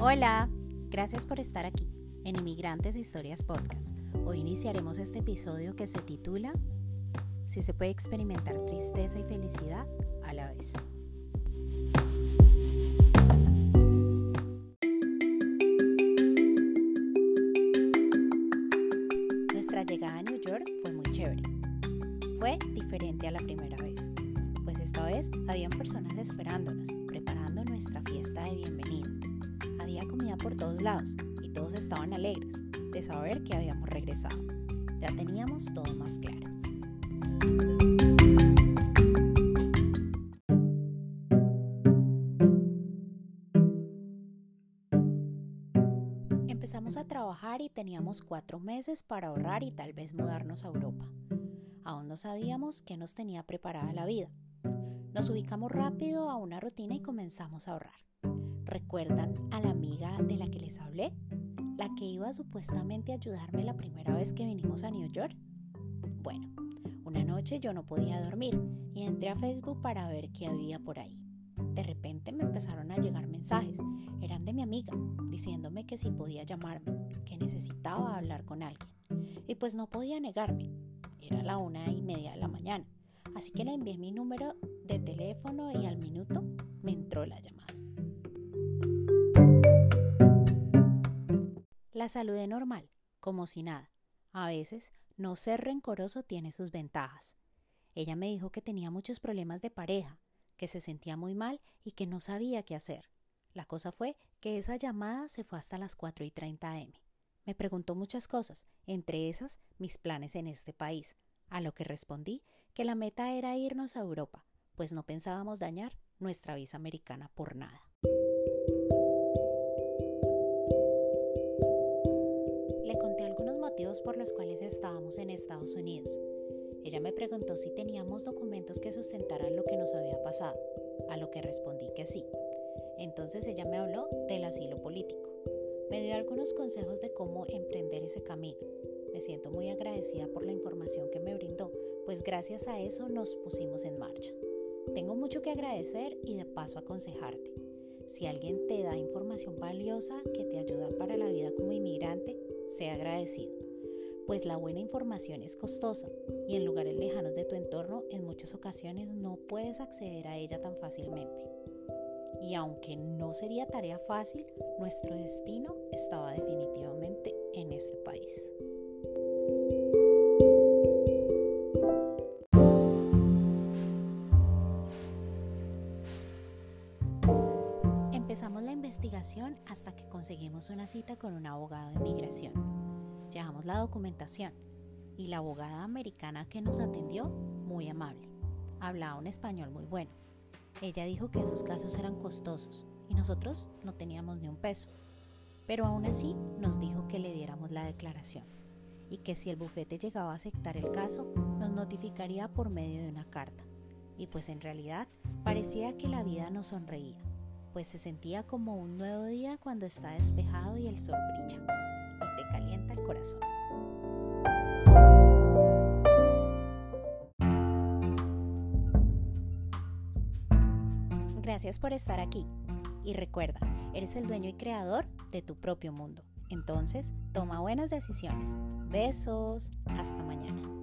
Hola, gracias por estar aquí en Inmigrantes Historias Podcast. Hoy iniciaremos este episodio que se titula Si se puede experimentar tristeza y felicidad a la vez. Nuestra llegada a New York fue muy chévere. Fue diferente a la primera vez, pues esta vez habían personas esperándonos, preparando nuestra fiesta de bienvenida. Había comida por todos lados y todos estaban alegres de saber que habíamos regresado. Ya teníamos todo más claro. Empezamos a trabajar y teníamos 4 meses para ahorrar y tal vez mudarnos a Europa. Aún no sabíamos qué nos tenía preparada la vida. Nos ubicamos rápido a una rutina y comenzamos a ahorrar. ¿Recuerdan a la amiga de la que les hablé? La que iba supuestamente a ayudarme la primera vez que vinimos a New York. Bueno, una noche yo no podía dormir y entré a Facebook para ver qué había por ahí. De repente me empezaron a llegar mensajes. Eran de mi amiga, diciéndome que si podía llamarme, que necesitaba hablar con alguien. Y pues no podía negarme. Era la 1:30 de la mañana. Así que le envié mi número de teléfono y al minuto me entró la llamada. La saludé normal, como si nada. A veces, no ser rencoroso tiene sus ventajas. Ella me dijo que tenía muchos problemas de pareja, que se sentía muy mal y que no sabía qué hacer. La cosa fue que esa llamada se fue hasta las 4:30 am. Me preguntó muchas cosas, entre esas mis planes en este país, a lo que respondí que la meta era irnos a Europa, pues no pensábamos dañar nuestra visa americana por nada. Le conté algunos motivos por los cuales estábamos en Estados Unidos. Ella me preguntó si teníamos documentos que sustentaran lo que nos había pasado, a lo que respondí que sí. Entonces ella me habló del asilo político. Me dio algunos consejos de cómo emprender ese camino. Me siento muy agradecida por la información que me brindó, pues gracias a eso nos pusimos en marcha. Tengo mucho que agradecer y de paso aconsejarte. Si alguien te da información valiosa que te ayuda para la vida como inmigrante, sea agradecido, pues la buena información es costosa y en lugares lejanos de tu entorno en muchas ocasiones no puedes acceder a ella tan fácilmente. Y aunque no sería tarea fácil, nuestro destino estaba definitivamente en este país. Empezamos la investigación hasta que conseguimos una cita con un abogado de inmigración. Llevamos la documentación y la abogada americana que nos atendió, muy amable. Hablaba un español muy bueno. Ella dijo que esos casos eran costosos y nosotros no teníamos ni un peso. Pero aún así nos dijo que le diéramos la declaración y que si el bufete llegaba a aceptar el caso, nos notificaría por medio de una carta. Y pues en realidad parecía que la vida nos sonreía, pues se sentía como un nuevo día cuando está despejado y el sol brilla y te calienta el corazón. Gracias por estar aquí y recuerda, eres el dueño y creador de tu propio mundo. Entonces, toma buenas decisiones. Besos, hasta mañana.